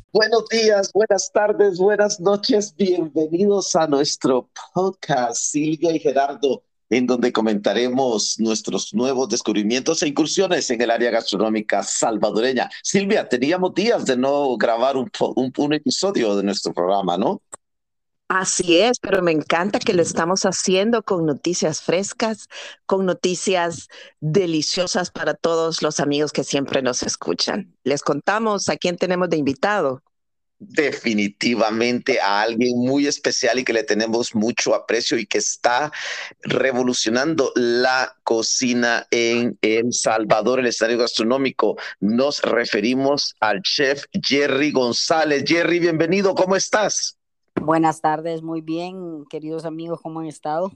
Buenos días, buenas tardes, buenas noches. Bienvenidos a nuestro podcast, Silvia y Gerardo, en donde comentaremos nuestros nuevos descubrimientos e incursiones en el área gastronómica salvadoreña. Silvia, teníamos días de no grabar un episodio de nuestro programa, ¿no? Así es, pero me encanta que lo estamos haciendo con noticias frescas, con noticias deliciosas para todos los amigos que siempre nos escuchan. Les contamos a quién tenemos de invitado. Definitivamente a alguien muy especial y que le tenemos mucho aprecio y que está revolucionando la cocina en El Salvador, el escenario gastronómico. Nos referimos al chef Jerry González. Jerry, bienvenido, ¿cómo estás? Buenas tardes, muy bien, queridos amigos, ¿cómo han estado?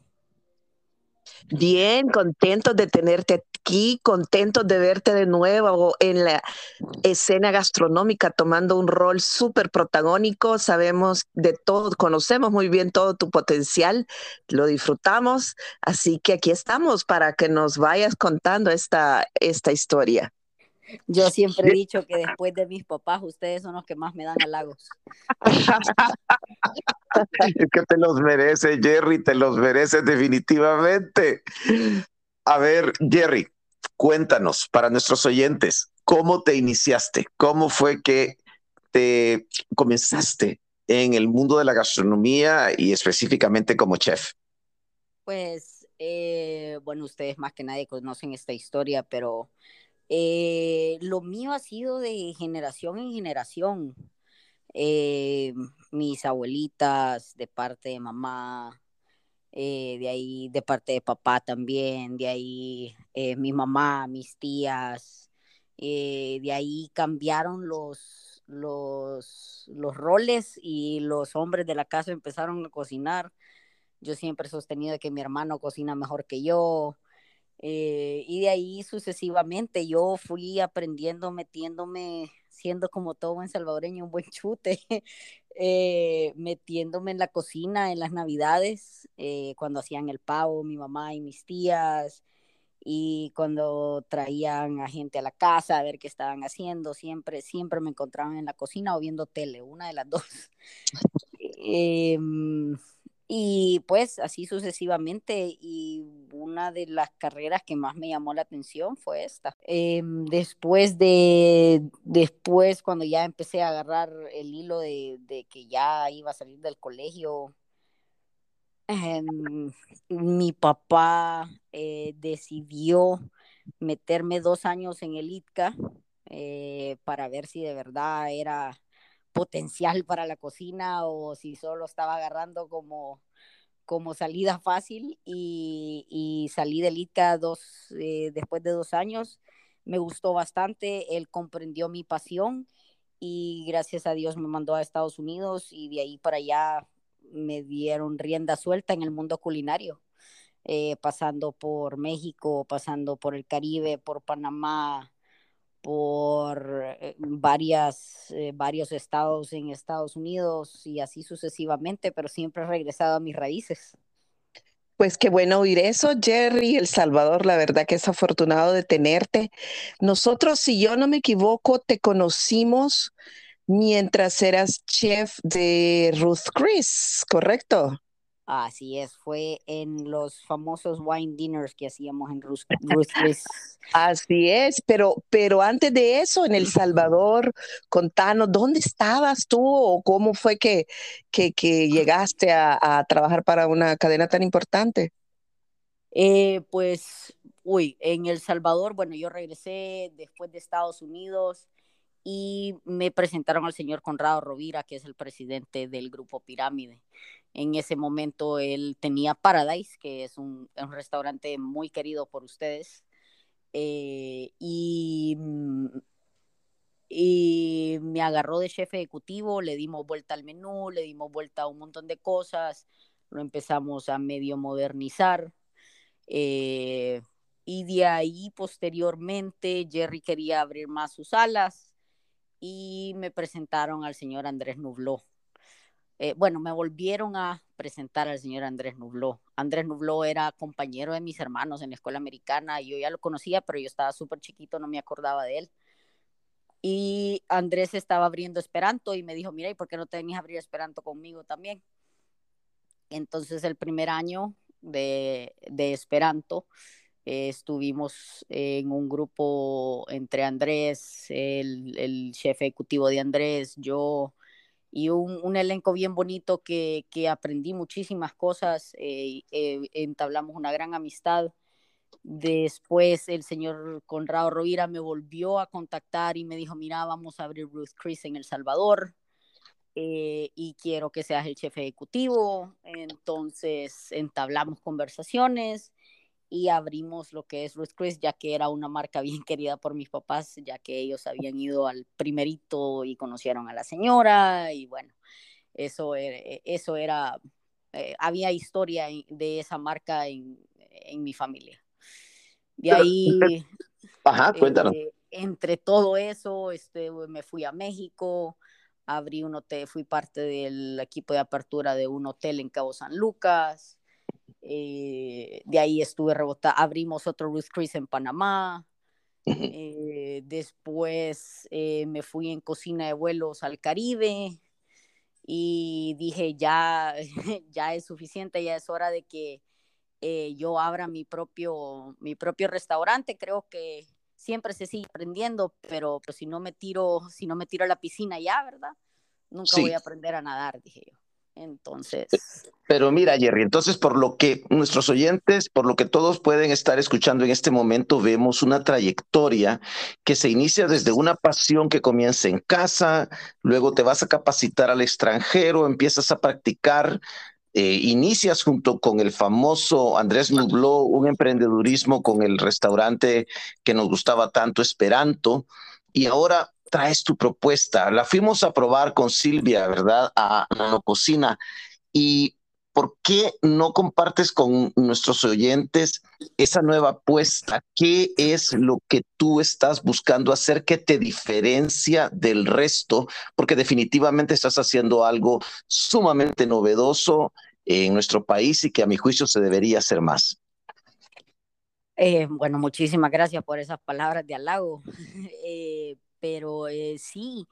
Bien, contentos de tenerte aquí, contentos de verte de nuevo en la escena gastronómica tomando un rol súper protagónico. Sabemos de todo, conocemos muy bien todo tu potencial, lo disfrutamos, así que aquí estamos para que nos vayas contando esta historia. Yo siempre he dicho que después de mis papás, ustedes son los que más me dan halagos. Es que te los mereces, Jerry, te los mereces definitivamente. A ver, Jerry, cuéntanos para nuestros oyentes, ¿cómo te iniciaste? ¿Cómo fue que te comenzaste en el mundo de la gastronomía y específicamente como chef? Pues, bueno, ustedes más que nadie conocen esta historia, pero lo mío ha sido de generación en generación. Eh, Mis abuelitas, de parte de mamá, de ahí de parte de papá también, de ahí mi mamá, mis tías, de ahí cambiaron los roles y los hombres de la casa empezaron a cocinar. Yo siempre he sostenido que mi hermano cocina mejor que yo, y de ahí sucesivamente yo fui aprendiendo, metiéndome, siendo como todo buen salvadoreño, un buen chute, metiéndome en la cocina en las navidades, cuando hacían el pavo, mi mamá y mis tías, y cuando traían a gente a la casa a ver qué estaban haciendo, siempre me encontraban en la cocina o viendo tele, una de las dos. Eh, y pues así sucesivamente, y una de las carreras que más me llamó la atención fue esta. Después cuando ya empecé a agarrar el hilo de que ya iba a salir del colegio, eh, mi papá decidió meterme 2 años en el ITCA, para ver si de verdad era potencial para la cocina o si solo estaba agarrando como salida fácil, y salí del ITCA después de 2 años. Me gustó bastante, él comprendió mi pasión y gracias a Dios me mandó a Estados Unidos, y de ahí para allá me dieron rienda suelta en el mundo culinario, pasando por México, pasando por el Caribe, por Panamá, por varios estados en Estados Unidos y así sucesivamente, pero siempre he regresado a mis raíces. Pues qué bueno oír eso, Jerry, El Salvador, la verdad que es afortunado de tenerte. Nosotros, si yo no me equivoco, te conocimos mientras eras chef de Ruth Chris, ¿correcto? Así es, fue en los famosos wine dinners que hacíamos en Ruth Chris. Así es, pero antes de eso, en El Salvador, contanos, ¿dónde estabas tú o cómo fue que llegaste a trabajar para una cadena tan importante? Pues, en El Salvador, bueno, yo regresé después de Estados Unidos y me presentaron al señor Conrado Rovira, que es el presidente del Grupo Pirámide. En ese momento él tenía Paradise, que es un restaurante muy querido por ustedes, eh, y, y me agarró de chef ejecutivo, le dimos vuelta al menú, le dimos vuelta a un montón de cosas, lo empezamos a medio modernizar. eh, y de ahí posteriormente Jerry quería abrir más sus alas y me presentaron al señor Andrés Nubló. Bueno, me volvieron a presentar al señor Andrés Nubló. Andrés Nubló era compañero de mis hermanos en la escuela americana. Yo ya lo conocía, pero yo estaba súper chiquito, no me acordaba de él. Y Andrés estaba abriendo Esperanto y me dijo, mira, ¿y por qué no te venís a abrir Esperanto conmigo también? Entonces el primer año de Esperanto estuvimos en un grupo entre Andrés, el jefe ejecutivo de Andrés, yo y un elenco bien bonito que aprendí muchísimas cosas, entablamos una gran amistad. Después el señor Conrado Rovira me volvió a contactar y me dijo, mira, vamos a abrir Ruth Chris en El Salvador y quiero que seas el jefe ejecutivo. Entonces entablamos conversaciones y abrimos lo que es Ruth Chris, ya que era una marca bien querida por mis papás, ya que ellos habían ido al primerito y conocieron a la señora y bueno, eso era había historia de esa marca en mi familia. De Pero, ahí, ajá, cuéntanos. entre todo eso, me fui a México, abrí un hotel, fui parte del equipo de apertura de un hotel en Cabo San Lucas. De ahí estuve rebotando, abrimos otro Ruth Chris en Panamá. Después me fui en cocina de vuelos al Caribe y dije ya, ya es suficiente, ya es hora de que yo abra mi propio restaurante. Creo que siempre se sigue aprendiendo, pero si no me tiro a la piscina ya, ¿verdad? Nunca voy Sí. a aprender a nadar, dije yo. Entonces, Pero mira, Jerry, entonces por lo que nuestros oyentes, por lo que todos pueden estar escuchando en este momento, vemos una trayectoria que se inicia desde una pasión que comienza en casa, luego te vas a capacitar al extranjero, empiezas a practicar, inicias junto con el famoso Andrés Nubló un emprendedurismo con el restaurante que nos gustaba tanto, Esperanto, y ahora traes tu propuesta. La fuimos a probar con Silvia, ¿verdad? A Nano Cocina. ¿Y por qué no compartes con nuestros oyentes esa nueva apuesta? ¿Qué es lo que tú estás buscando hacer que te diferencia del resto? Porque definitivamente estás haciendo algo sumamente novedoso en nuestro país y que a mi juicio se debería hacer más. bueno, muchísimas gracias por esas palabras de halago. Pero sí,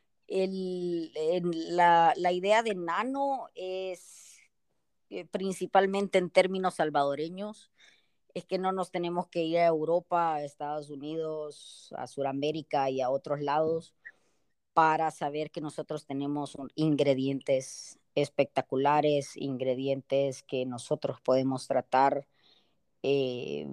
la idea de Nano es principalmente en términos salvadoreños, es que no nos tenemos que ir a Europa, a Estados Unidos, a Sudamérica y a otros lados para saber que nosotros tenemos ingredientes espectaculares, ingredientes que nosotros podemos tratar eh,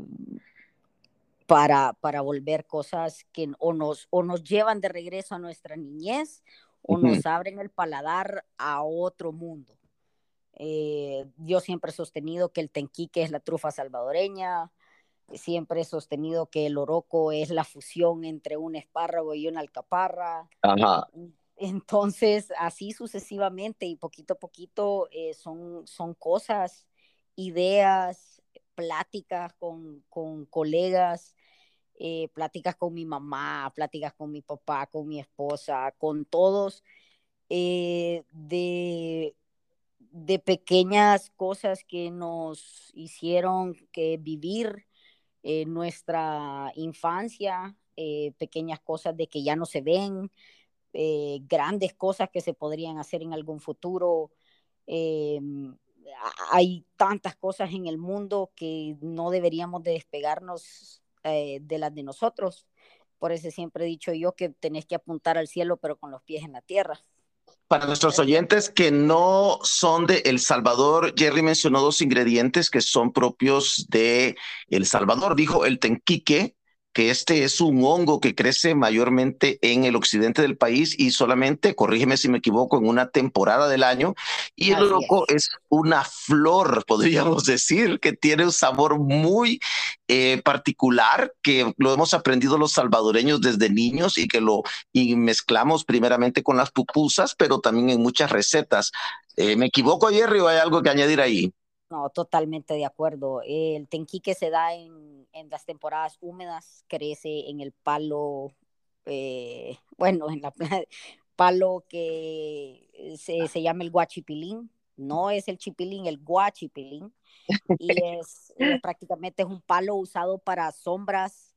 para volver cosas que o nos llevan de regreso a nuestra niñez o Ujú. nos abren el paladar a otro mundo. Yo siempre he sostenido que el tenquique es la trufa salvadoreña, siempre he sostenido que el oroco es la fusión entre un espárrago y una alcaparra. Ajá. Entonces, así sucesivamente y poquito a poquito son cosas, ideas, pláticas con colegas, pláticas con mi mamá, pláticas con mi papá, con mi esposa, con todos, de pequeñas cosas que nos hicieron que vivir nuestra infancia, pequeñas cosas de que ya no se ven, grandes cosas que se podrían hacer en algún futuro. Eh, Hay tantas cosas en el mundo que no deberíamos de despegarnos de las de nosotros. Por eso siempre he dicho yo que tenés que apuntar al cielo, pero con los pies en la tierra. Para nuestros oyentes que no son de El Salvador, Jerry mencionó dos ingredientes que son propios de El Salvador. Dijo el tenquique, que este es un hongo que crece mayormente en el occidente del país y solamente, corrígeme si me equivoco, en una temporada del año. Y el Así oroco es. es una flor, podríamos decir, que tiene un sabor muy particular, que lo hemos aprendido los salvadoreños desde niños y mezclamos primeramente con las pupusas, pero también en muchas recetas. ¿Me equivoco, Jerry, o hay algo que añadir ahí? No, totalmente de acuerdo. El tenquique se da en las temporadas húmedas, crece en el palo, bueno, en la palo que se llama el guachipilín. No es el chipilín, el guachipilín. Y prácticamente es un palo usado para sombras,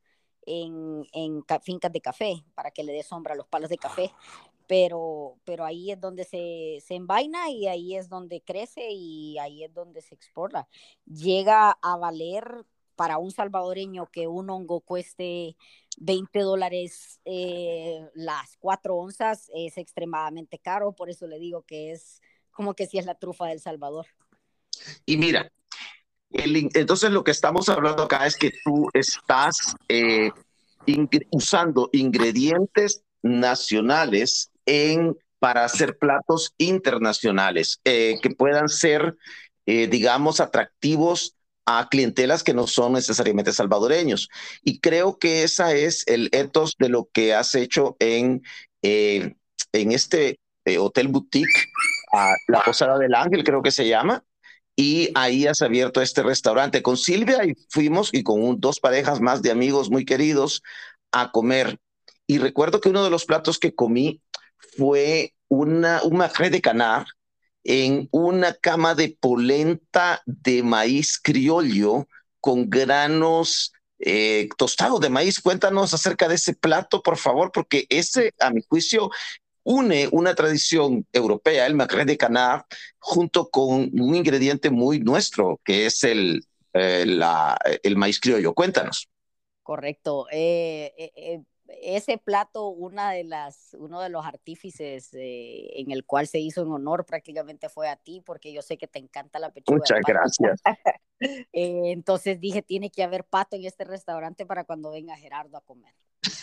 en fincas de café para que le dé sombra a los palos de café. Pero ahí es donde se envaina y ahí es donde crece y ahí es donde se exporta. Llega a valer para un salvadoreño que un hongo cueste $20 las 4 onzas, es extremadamente caro, por eso le digo que es como que sí es la trufa del Salvador. Y mira, entonces lo que estamos hablando acá es que tú estás usando ingredientes nacionales para hacer platos internacionales que puedan ser, digamos, atractivos a clientelas que no son necesariamente salvadoreños. Y creo que esa es el ethos de lo que has hecho en este hotel boutique, La Posada del Ángel, creo que se llama. Y ahí has abierto este restaurante con Silvia y fuimos y con dos parejas más de amigos muy queridos a comer. Y recuerdo que uno de los platos que comí fue un magret de canar en una cama de polenta de maíz criollo con granos tostados de maíz. Cuéntanos acerca de ese plato, por favor, porque ese, a mi juicio, une una tradición europea, el magret de canard, junto con un ingrediente muy nuestro, que es el maíz criollo. Cuéntanos. Correcto. Ese plato, uno de los artífices en el cual se hizo en honor prácticamente fue a ti, porque yo sé que te encanta la pechuga de Muchas pato. gracias. Entonces dije, tiene que haber pato en este restaurante para cuando venga Gerardo a comer.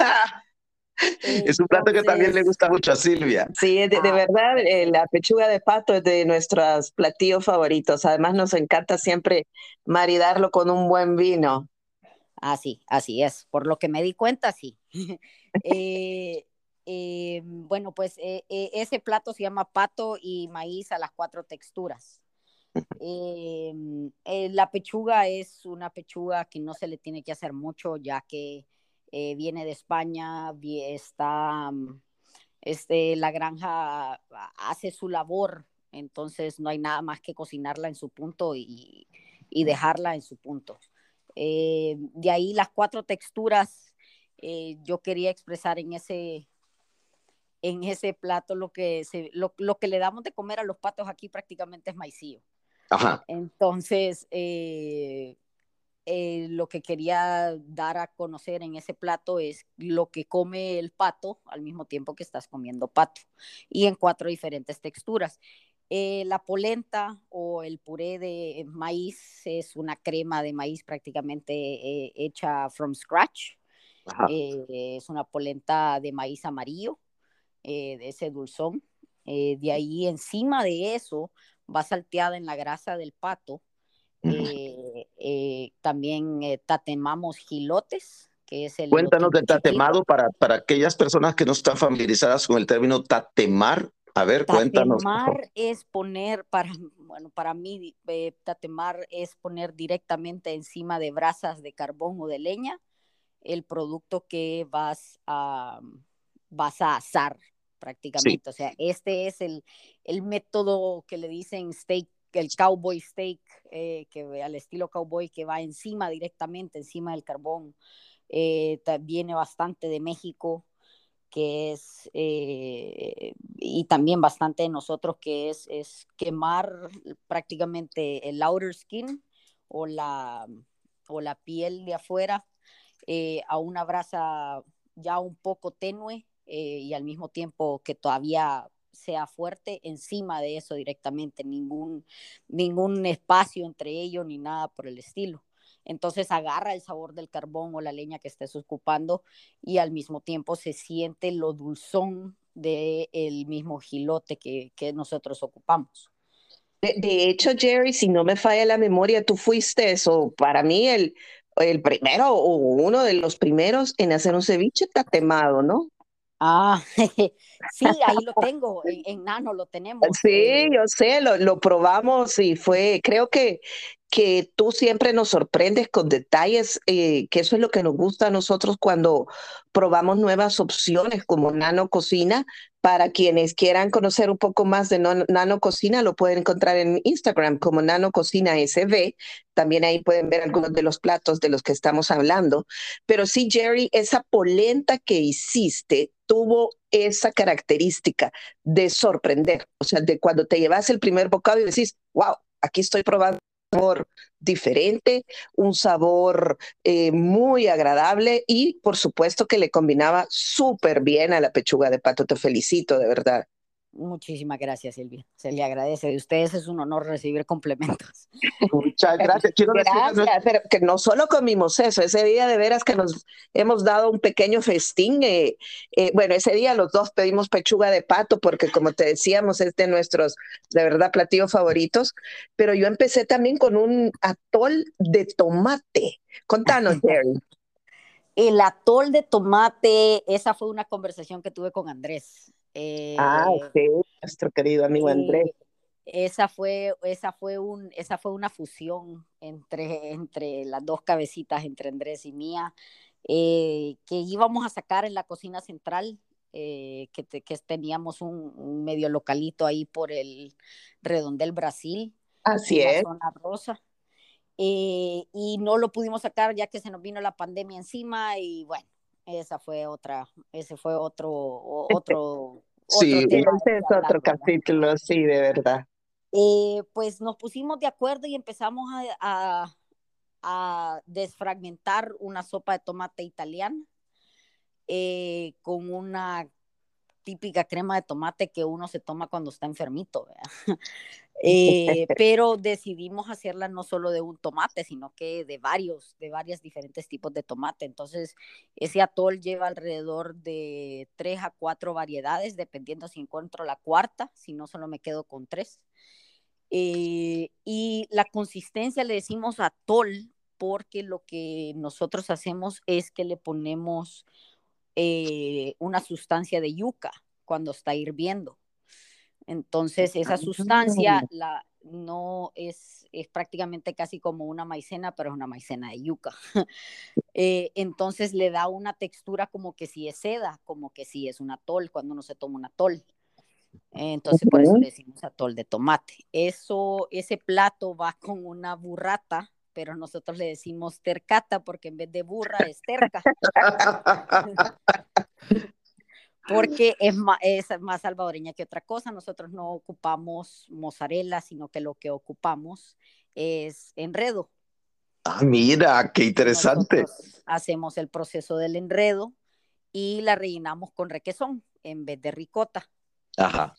Es un plato que también le gusta mucho a Silvia. Sí, de verdad, la pechuga de pato es de nuestros platillos favoritos. Además, nos encanta siempre maridarlo con un buen vino. Así es. Por lo que me di cuenta, sí. Bueno, pues ese plato se llama pato y maíz a las 4 texturas. La pechuga es una pechuga que no se le tiene que hacer mucho, ya que viene de España, está, la granja hace su labor, entonces no hay nada más que cocinarla en su punto y dejarla en su punto. De ahí las 4 texturas, yo quería expresar en ese plato lo que le damos de comer a los patos aquí prácticamente es maicillo. Ajá. Entonces, lo que quería dar a conocer en ese plato es lo que come el pato al mismo tiempo que estás comiendo pato y en 4 diferentes texturas. La polenta o el puré de maíz es una crema de maíz prácticamente hecha from scratch. Es una polenta de maíz amarillo, de ese dulzón. De ahí encima de eso va salteada en la grasa del pato. También tatemamos jilotes, que es el Cuéntanos de tatemado chiquito. para aquellas personas que no están familiarizadas con el término tatemar. A ver, cuéntanos. Tatemar es poner, para mí, tatemar es poner directamente encima de brasas de carbón o de leña el producto que vas a asar prácticamente. Sí. O sea, este es el método que le dicen steak, el cowboy steak, que al estilo cowboy, que va directamente encima del carbón. Viene bastante de México, que es, y también bastante de nosotros, que es quemar prácticamente el outer skin o la piel de afuera a una brasa ya un poco tenue y al mismo tiempo que todavía sea fuerte encima de eso directamente, ningún espacio entre ellos ni nada por el estilo. Entonces agarra el sabor del carbón o la leña que estés ocupando y al mismo tiempo se siente lo dulzón del mismo jilote que nosotros ocupamos. De hecho, Jerry, si no me falla la memoria, tú fuiste eso, para mí el primero o uno de los primeros en hacer un ceviche tatemado, ¿no? Sí, ahí lo tengo, en Nano lo tenemos. Sí, yo sé, lo probamos y fue, creo que que tú siempre nos sorprendes con detalles, que eso es lo que nos gusta a nosotros cuando probamos nuevas opciones como Nano Cocina. Para quienes quieran conocer un poco más de Nano Cocina, lo pueden encontrar en Instagram como Nano Cocina SB. También ahí pueden ver algunos de los platos de los que estamos hablando. Pero sí, Jerry, esa polenta que hiciste tuvo esa característica de sorprender. O sea, de cuando te llevas el primer bocado y decís, wow, aquí estoy probando un sabor diferente, un sabor muy agradable y por supuesto que le combinaba súper bien a la pechuga de pato. Te felicito, de verdad. Muchísimas gracias, Silvia. Se le agradece. De ustedes es un honor recibir complementos. Muchas gracias. Quiero Gracias, pero que no solo comimos eso, ese día de veras que nos hemos dado un pequeño festín. Bueno, ese día los dos pedimos pechuga de pato porque como te decíamos es de nuestros, de verdad, platillos favoritos, pero yo empecé también con un atol de tomate. Contanos, Jerry. El atol de tomate, esa fue una conversación que tuve con Andrés. Sí, nuestro querido amigo Andrés. Esa fue una fusión entre las dos cabecitas, entre Andrés y mía, que íbamos a sacar en la cocina central, que teníamos un medio localito ahí por el Redondel Brasil, Así en la es. zona rosa. Y no lo pudimos sacar ya que se nos vino la pandemia encima y bueno, ese fue Sí, otro tema Ese es que hablar, otro ¿verdad? capítulo, sí, de verdad. Pues nos pusimos de acuerdo y empezamos a desfragmentar una sopa de tomate italiana con una típica crema de tomate que uno se toma cuando está enfermito, ¿verdad? Pero decidimos hacerla no solo de un tomate, sino que de varios diferentes tipos de tomate. Entonces, ese atol lleva alrededor de 3 a 4 variedades, dependiendo si encuentro la cuarta, si no solo me quedo con 3. Y la consistencia le decimos atol porque lo que nosotros hacemos es que le ponemos una sustancia de yuca cuando está hirviendo. Entonces, esa sustancia no es prácticamente casi como una maicena, pero es una maicena de yuca. Entonces, le da una textura como que si es seda, como que si es un atol cuando uno se toma un atol. Entonces, por eso le decimos atol de tomate. Ese plato va con una burrata, pero nosotros le decimos tercata porque en vez de burra es terca. Porque es más salvadoreña que otra cosa. Nosotros no ocupamos mozzarella, sino que lo que ocupamos es enredo. Ah, mira, qué interesante. Nosotros hacemos el proceso del enredo y la rellenamos con requesón en vez de ricota. Ajá.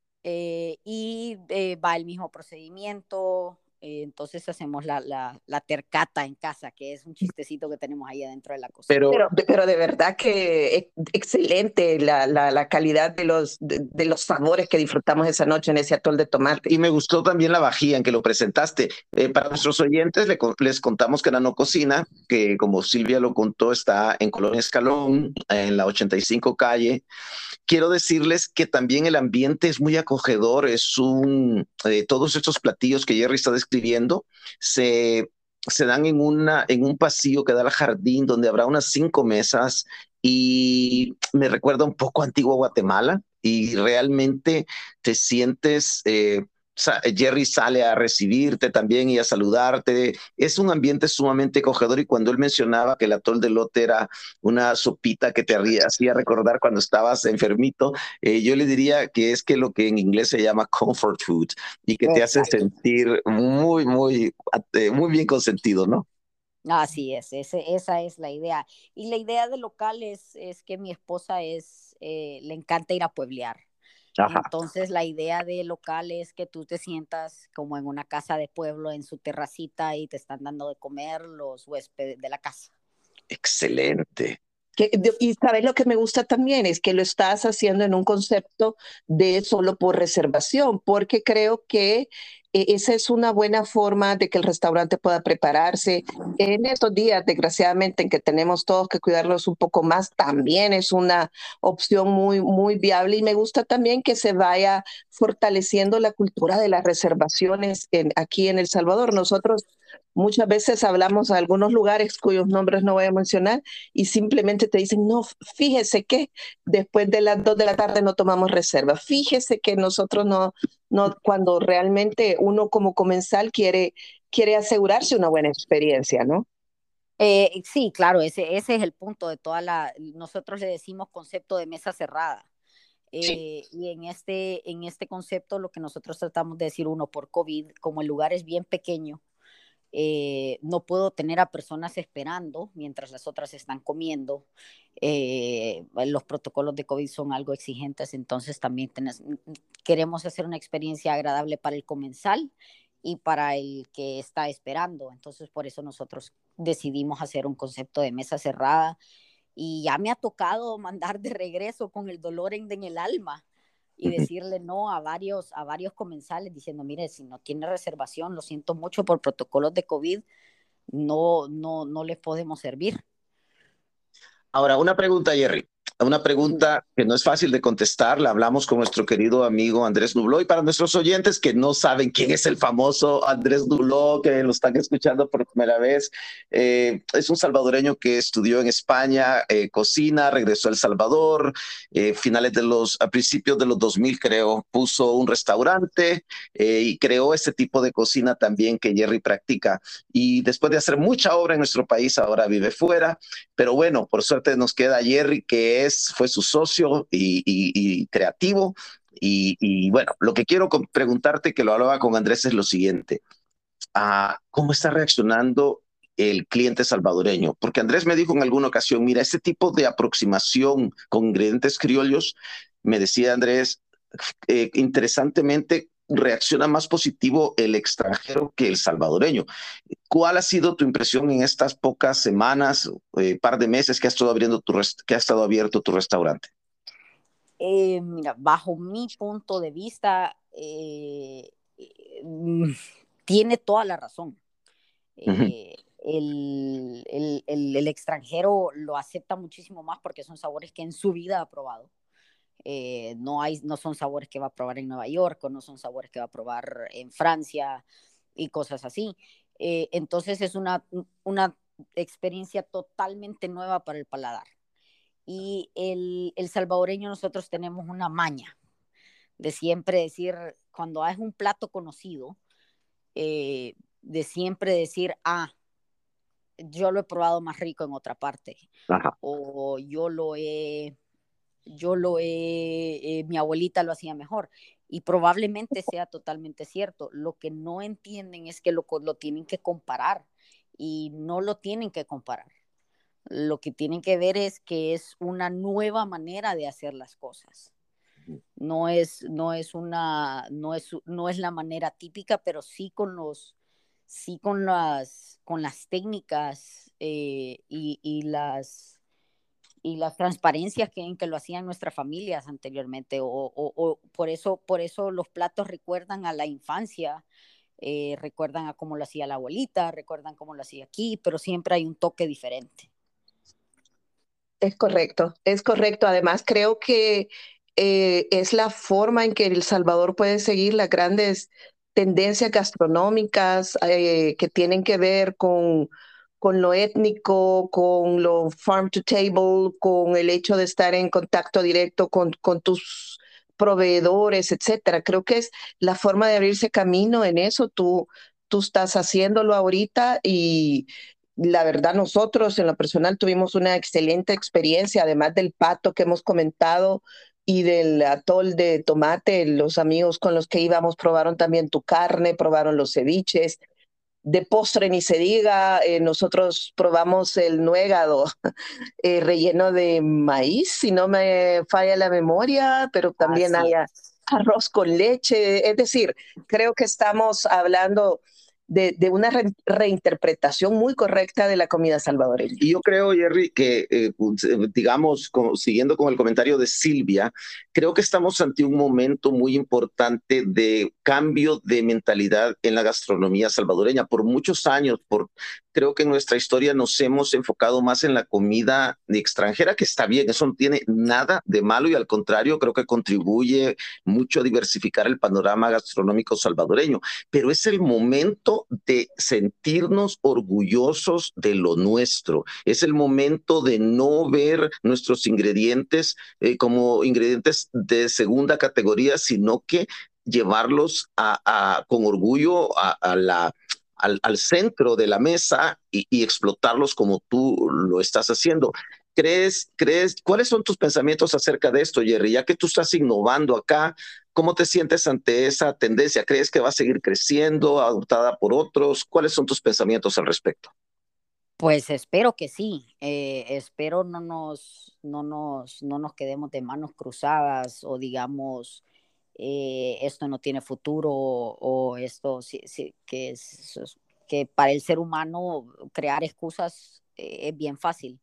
Va el mismo procedimiento. Entonces hacemos la tercata en casa, que es un chistecito que tenemos ahí adentro de la cocina. Pero de verdad que excelente la calidad de los sabores que disfrutamos esa noche en ese atol de tomate. Y me gustó también la vajilla en que lo presentaste. Para nuestros oyentes les contamos que Nano Cocina, que como Silvia lo contó, está en Colonia Escalón, en la 85 calle. Quiero decirles que también el ambiente es muy acogedor, todos estos platillos que Jerry está describiendo se dan en un pasillo que da al jardín donde habrá unas 5 mesas y me recuerda un poco a Antigua Guatemala y realmente te sientes, Jerry sale a recibirte también y a saludarte. Es un ambiente sumamente acogedor y cuando él mencionaba que el atol de elote era una sopita que te hacía recordar cuando estabas enfermito, yo le diría que es que lo que en inglés se llama comfort food y que te hace sentir muy, muy, muy bien consentido, ¿no? Así es, esa es la idea. Y la idea del local es que mi esposa le encanta ir a pueblear. Ajá. Entonces la idea del local es que tú te sientas como en una casa de pueblo, en su terracita y te están dando de comer los huéspedes de la casa. Excelente. Y sabes lo que me gusta también es que lo estás haciendo en un concepto de solo por reservación, porque creo que esa es una buena forma de que el restaurante pueda prepararse. En estos días, desgraciadamente, en que tenemos todos que cuidarlos un poco más, también es una opción muy, muy viable y me gusta también que se vaya fortaleciendo la cultura de las reservaciones aquí en El Salvador. Nosotros muchas veces hablamos a algunos lugares cuyos nombres no voy a mencionar y simplemente te dicen, no, fíjese que después de las 2 de la tarde no tomamos reserva. Fíjese que nosotros no, cuando realmente uno como comensal quiere asegurarse una buena experiencia, ¿no? Sí, claro, ese es el punto de nosotros le decimos concepto de mesa cerrada. Sí. Y en este concepto lo que nosotros tratamos de decir, uno, por COVID, como el lugar es bien pequeño, no puedo tener a personas esperando mientras las otras están comiendo. Los protocolos de COVID son algo exigentes, entonces también queremos hacer una experiencia agradable para el comensal y para el que está esperando. Entonces, por eso nosotros decidimos hacer un concepto de mesa cerrada y ya me ha tocado mandar de regreso con el dolor en el alma y decirle no a varios comensales diciendo, mire, si no tiene reservación, lo siento mucho por protocolos de COVID, no les podemos servir. Ahora, una pregunta, Jerry. Una pregunta que no es fácil de contestar. La hablamos con nuestro querido amigo Andrés Nubló. Y para nuestros oyentes que no saben quién es el famoso Andrés Nubló, que lo están escuchando por primera vez, es un salvadoreño que estudió en España, cocina, regresó a El Salvador, a principios de los 2000, creo, puso un restaurante y creó ese tipo de cocina también que Jerry practica. Y después de hacer mucha obra en nuestro país, ahora vive fuera. Pero bueno, por suerte nos queda Jerry, que fue su socio y creativo. Y bueno, lo que quiero preguntarte, que lo hablaba con Andrés, es lo siguiente. ¿Cómo está reaccionando el cliente salvadoreño? Porque Andrés me dijo en alguna ocasión, mira, este tipo de aproximación con ingredientes criollos, me decía Andrés, interesantemente reacciona más positivo el extranjero que el salvadoreño. ¿Cuál ha sido tu impresión en estas pocas semanas, par de meses que has estado abierto tu restaurante? Mira, bajo mi punto de vista, tiene toda la razón. Uh-huh. El extranjero lo acepta muchísimo más porque son sabores que en su vida ha probado. No son sabores que va a probar en Nueva York o no son sabores que va a probar en Francia y cosas así. Entonces es una experiencia totalmente nueva para el paladar. Y el salvadoreño nosotros tenemos una maña de siempre decir, cuando es un plato conocido, de siempre decir, yo lo he probado más rico en otra parte, Ajá. o mi abuelita lo hacía mejor. Y probablemente sea totalmente cierto. Lo que no entienden es que lo tienen que comparar y no lo tienen que comparar. Lo que tienen que ver es que es una nueva manera de hacer las cosas. No es la manera típica, pero sí con las técnicas y las transparencias en que lo hacían nuestras familias anteriormente, o por eso los platos recuerdan a la infancia, recuerdan a cómo lo hacía la abuelita, recuerdan cómo lo hacía aquí, pero siempre hay un toque diferente. Es correcto, es correcto. Además, creo que es la forma en que El Salvador puede seguir las grandes tendencias gastronómicas que tienen que ver con lo étnico, con lo farm to table, con el hecho de estar en contacto directo con tus proveedores, etcétera. Creo que es la forma de abrirse camino en eso. Tú estás haciéndolo ahorita y la verdad, nosotros en lo personal tuvimos una excelente experiencia, además del pato que hemos comentado y del atol de tomate. Los amigos con los que íbamos probaron también tu carne, probaron los ceviches. De postre ni se diga, nosotros probamos el nuegado relleno de maíz, si no me falla la memoria, pero también Así hay es. arroz con leche. Es decir, creo que estamos hablando de una reinterpretación muy correcta de la comida salvadoreña. Y yo creo, Jerry, que, digamos, siguiendo con el comentario de Silvia, creo que estamos ante un momento muy importante de cambio de mentalidad en la gastronomía salvadoreña. Por muchos años, creo que en nuestra historia nos hemos enfocado más en la comida extranjera, que está bien, eso no tiene nada de malo y al contrario, creo que contribuye mucho a diversificar el panorama gastronómico salvadoreño, pero es el momento de sentirnos orgullosos de lo nuestro. Es el momento de no ver nuestros ingredientes como ingredientes de segunda categoría, sino que llevarlos con orgullo al centro de la mesa y explotarlos como tú lo estás haciendo. ¿Cuáles son tus pensamientos acerca de esto, Jerry? Ya que tú estás innovando acá, ¿cómo te sientes ante esa tendencia? ¿Crees que va a seguir creciendo, adoptada por otros? ¿Cuáles son tus pensamientos al respecto? Pues espero que sí, espero no nos quedemos de manos cruzadas o digamos, esto no tiene futuro o esto que para el ser humano crear excusas es bien fácil.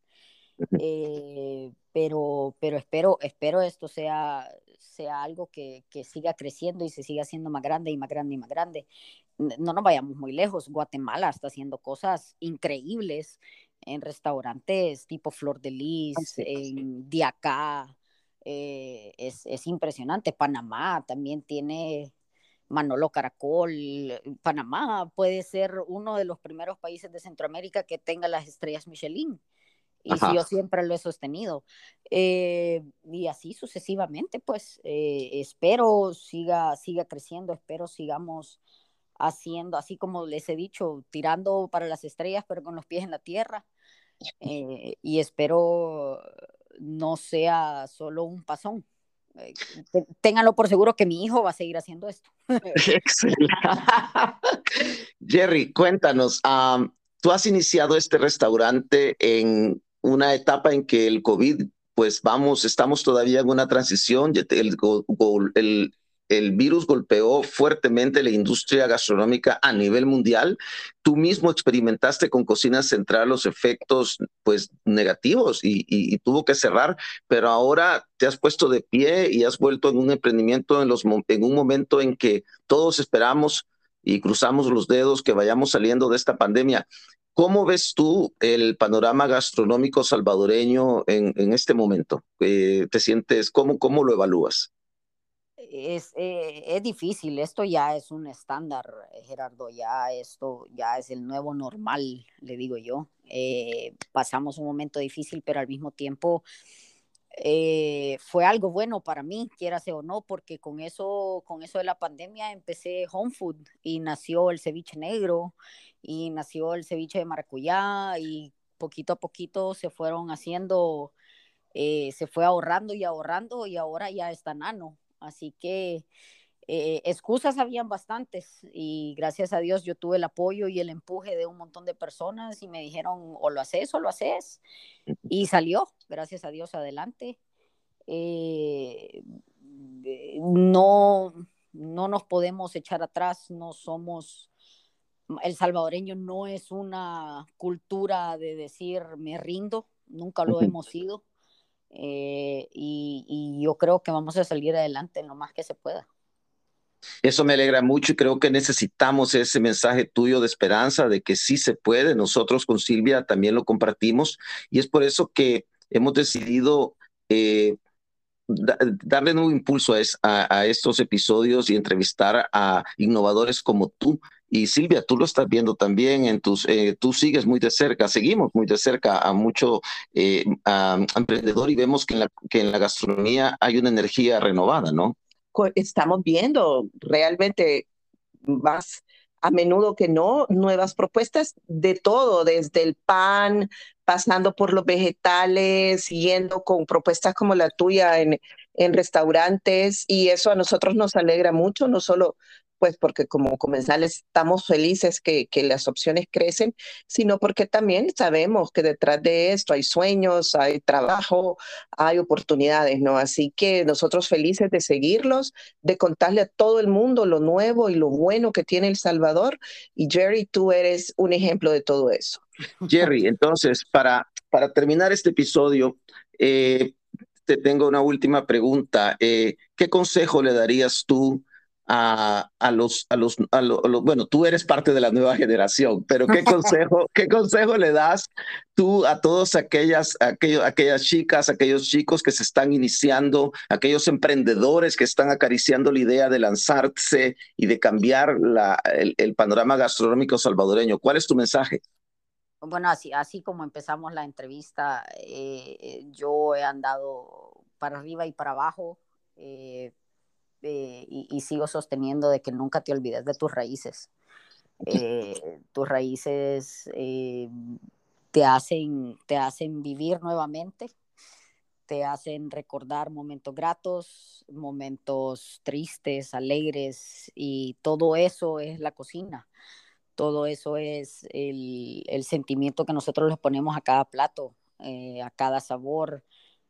Pero espero esto sea algo que siga creciendo y se siga haciendo más grande y más grande y más grande. No nos vayamos muy lejos, Guatemala está haciendo cosas increíbles en restaurantes tipo Flor de Lis, en Diacá, es impresionante. Panamá también tiene Manolo Caracol. Panamá puede ser uno de los primeros países de Centroamérica que tenga las estrellas Michelin. Y Ajá. sí, yo siempre lo he sostenido. Y así sucesivamente, pues espero siga creciendo, espero sigamos haciendo, así como les he dicho, tirando para las estrellas, pero con los pies en la tierra. Y espero no sea solo un pasón. Ténganlo por seguro que mi hijo va a seguir haciendo esto. Excelente. Jerry, cuéntanos, tú has iniciado este restaurante en una etapa en que el COVID, pues vamos, estamos todavía en una transición, el virus golpeó fuertemente la industria gastronómica a nivel mundial. Tú mismo experimentaste con Cocina Central los efectos pues negativos y tuvo que cerrar, pero ahora te has puesto de pie y has vuelto en un emprendimiento en un momento en que todos esperamos y cruzamos los dedos que vayamos saliendo de esta pandemia. ¿Cómo ves tú el panorama gastronómico salvadoreño en este momento? ¿Te sientes, cómo lo evalúas? Es difícil, esto ya es un estándar, Gerardo, ya esto ya es el nuevo normal, le digo yo. Pasamos un momento difícil, pero al mismo tiempo fue algo bueno para mí, quiérase o no, porque con eso de la pandemia empecé home food y nació el ceviche negro y nació el ceviche de maracuyá y poquito a poquito se fueron haciendo, se fue ahorrando y ahorrando y ahora ya está nano. Así que excusas habían bastantes y gracias a Dios yo tuve el apoyo y el empuje de un montón de personas y me dijeron o lo haces y salió, gracias a Dios, adelante. Eh, no, no nos podemos echar atrás, no somos, el salvadoreño no es una cultura de decir me rindo, nunca lo hemos sido. Y yo creo que vamos a salir adelante en lo más que se pueda. Eso me alegra mucho y creo que necesitamos ese mensaje tuyo de esperanza, de que sí se puede. Nosotros con Silvia también lo compartimos y es por eso que hemos decidido darle un impulso a estos episodios y entrevistar a innovadores como tú. Y Silvia, tú lo estás viendo también tú sigues muy de cerca, seguimos muy de cerca a mucho emprendedor y vemos que en la gastronomía hay una energía renovada, ¿no? Estamos viendo realmente más a menudo que no, nuevas propuestas de todo, desde el pan, pasando por los vegetales, yendo con propuestas como la tuya en restaurantes, y eso a nosotros nos alegra mucho, no solo pues porque como comensales estamos felices que las opciones crecen, sino porque también sabemos que detrás de esto hay sueños, hay trabajo, hay oportunidades, ¿no? Así que nosotros felices de seguirlos, de contarle a todo el mundo lo nuevo y lo bueno que tiene El Salvador. Y Jerry, tú eres un ejemplo de todo eso. Jerry, entonces, para terminar este episodio, te tengo una última pregunta. ¿Qué consejo le darías tú bueno, tú eres parte de la nueva generación, pero qué consejo le das tú a todas aquellas chicas, aquellos chicos que se están iniciando, aquellos emprendedores que están acariciando la idea de lanzarse y de cambiar el panorama gastronómico salvadoreño? ¿Cuál es tu mensaje? Bueno, así como empezamos la entrevista, yo he andado para arriba y para abajo, y sigo sosteniendo de que nunca te olvides de tus raíces. Tus raíces te hacen vivir nuevamente, te hacen recordar momentos gratos, momentos tristes, alegres, y todo eso es la cocina. Todo eso es el sentimiento que nosotros le ponemos a cada plato, a cada sabor,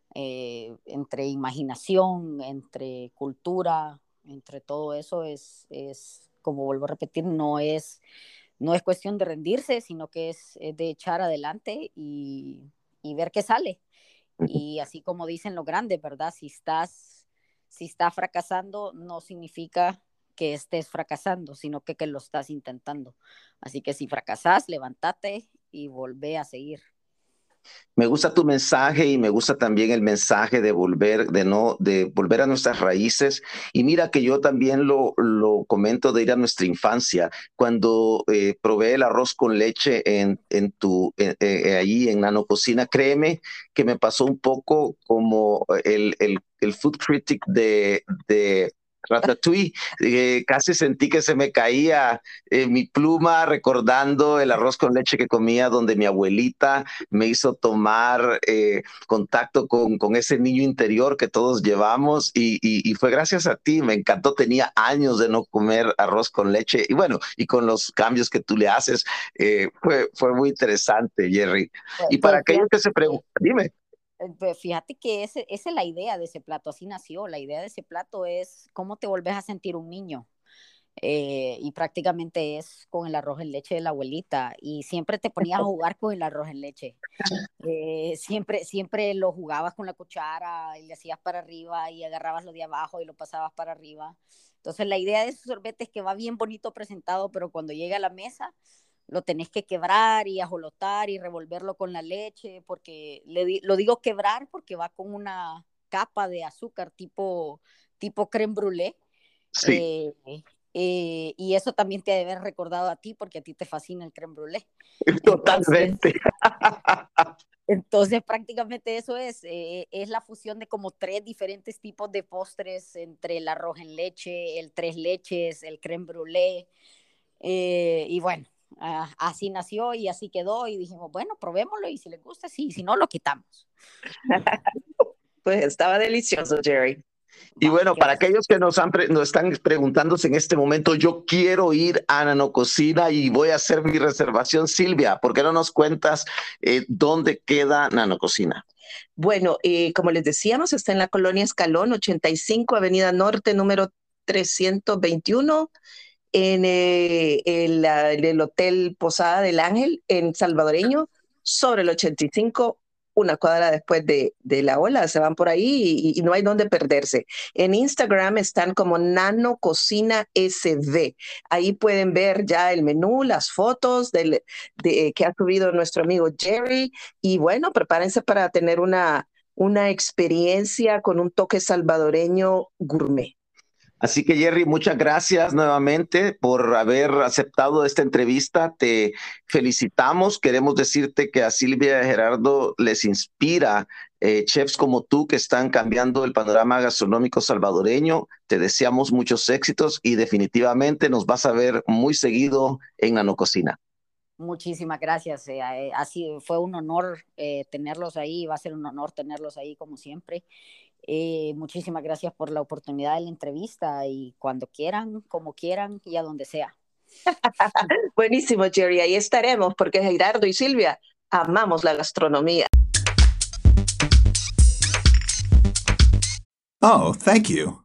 entre imaginación, entre cultura, entre todo eso como vuelvo a repetir, no es cuestión de rendirse, sino que es de echar adelante y ver qué sale. Y así como dicen los grandes, ¿verdad? Si estás fracasando, no significa que estés fracasando, sino que lo estás intentando. Así que si fracasas, levántate y volvé a seguir. Me gusta tu mensaje y me gusta también el mensaje de volver, de volver a nuestras raíces. Y mira que yo también lo comento de ir a nuestra infancia. Cuando probé el arroz con leche allí en Nano Cocina, créeme que me pasó un poco como el food critic de Ratatouille. Casi sentí que se me caía mi pluma recordando el arroz con leche que comía donde mi abuelita me hizo tomar contacto con ese niño interior que todos llevamos y fue gracias a ti, me encantó, tenía años de no comer arroz con leche y bueno, y con los cambios que tú le haces, fue muy interesante, Jerry. Y para Pues aquellos que se preguntan, dime. Pues fíjate que esa es la idea de ese plato, así nació. La idea de ese plato es cómo te volvés a sentir un niño. Y prácticamente es con el arroz en leche de la abuelita. Y siempre te ponías a jugar con el arroz en leche. Siempre lo jugabas con la cuchara y le hacías para arriba y agarrabas lo de abajo y lo pasabas para arriba. Entonces la idea de esos sorbetes que va bien bonito presentado, pero cuando llega a la mesa lo tenés que quebrar y ajolotar y revolverlo con la leche, porque lo digo quebrar porque va con una capa de azúcar tipo crème brûlée. Sí. Y eso también te ha de haber recordado a ti porque a ti te fascina el crème brûlée. Totalmente. Entonces prácticamente eso es la fusión de como tres diferentes tipos de postres entre el arroz en leche, el tres leches, el crème brûlée, y bueno, así nació y así quedó y dijimos, bueno, probémoslo y si les gusta, sí, si no, lo quitamos. Pues estaba delicioso, Jerry. Y bueno, para aquellos que nos están preguntándose en este momento, yo quiero ir a Nano Cocina y voy a hacer mi reservación. Silvia, ¿por qué no nos cuentas dónde queda Nano Cocina? Bueno, como les decíamos, está en la colonia Escalón, 85, Avenida Norte, número 321, en el Hotel Posada del Ángel, en Salvadoreño, sobre el 85, una cuadra después de la ola, se van por ahí y no hay dónde perderse. En Instagram están como Nano Cocina SV. Ahí pueden ver ya el menú, las fotos que ha subido nuestro amigo Jerry. Y bueno, prepárense para tener una experiencia con un toque salvadoreño gourmet. Así que Jerry, muchas gracias nuevamente por haber aceptado esta entrevista. Te felicitamos. Queremos decirte que a Silvia y Gerardo les inspira chefs como tú que están cambiando el panorama gastronómico salvadoreño. Te deseamos muchos éxitos y definitivamente nos vas a ver muy seguido en Nano Cocina. Muchísimas gracias. Así fue un honor tenerlos ahí, va a ser un honor tenerlos ahí como siempre. Muchísimas gracias por la oportunidad de la entrevista y cuando quieran, como quieran y a donde sea. Buenísimo, Jerry. Ahí estaremos porque Gerardo y Silvia amamos la gastronomía. Oh, thank you.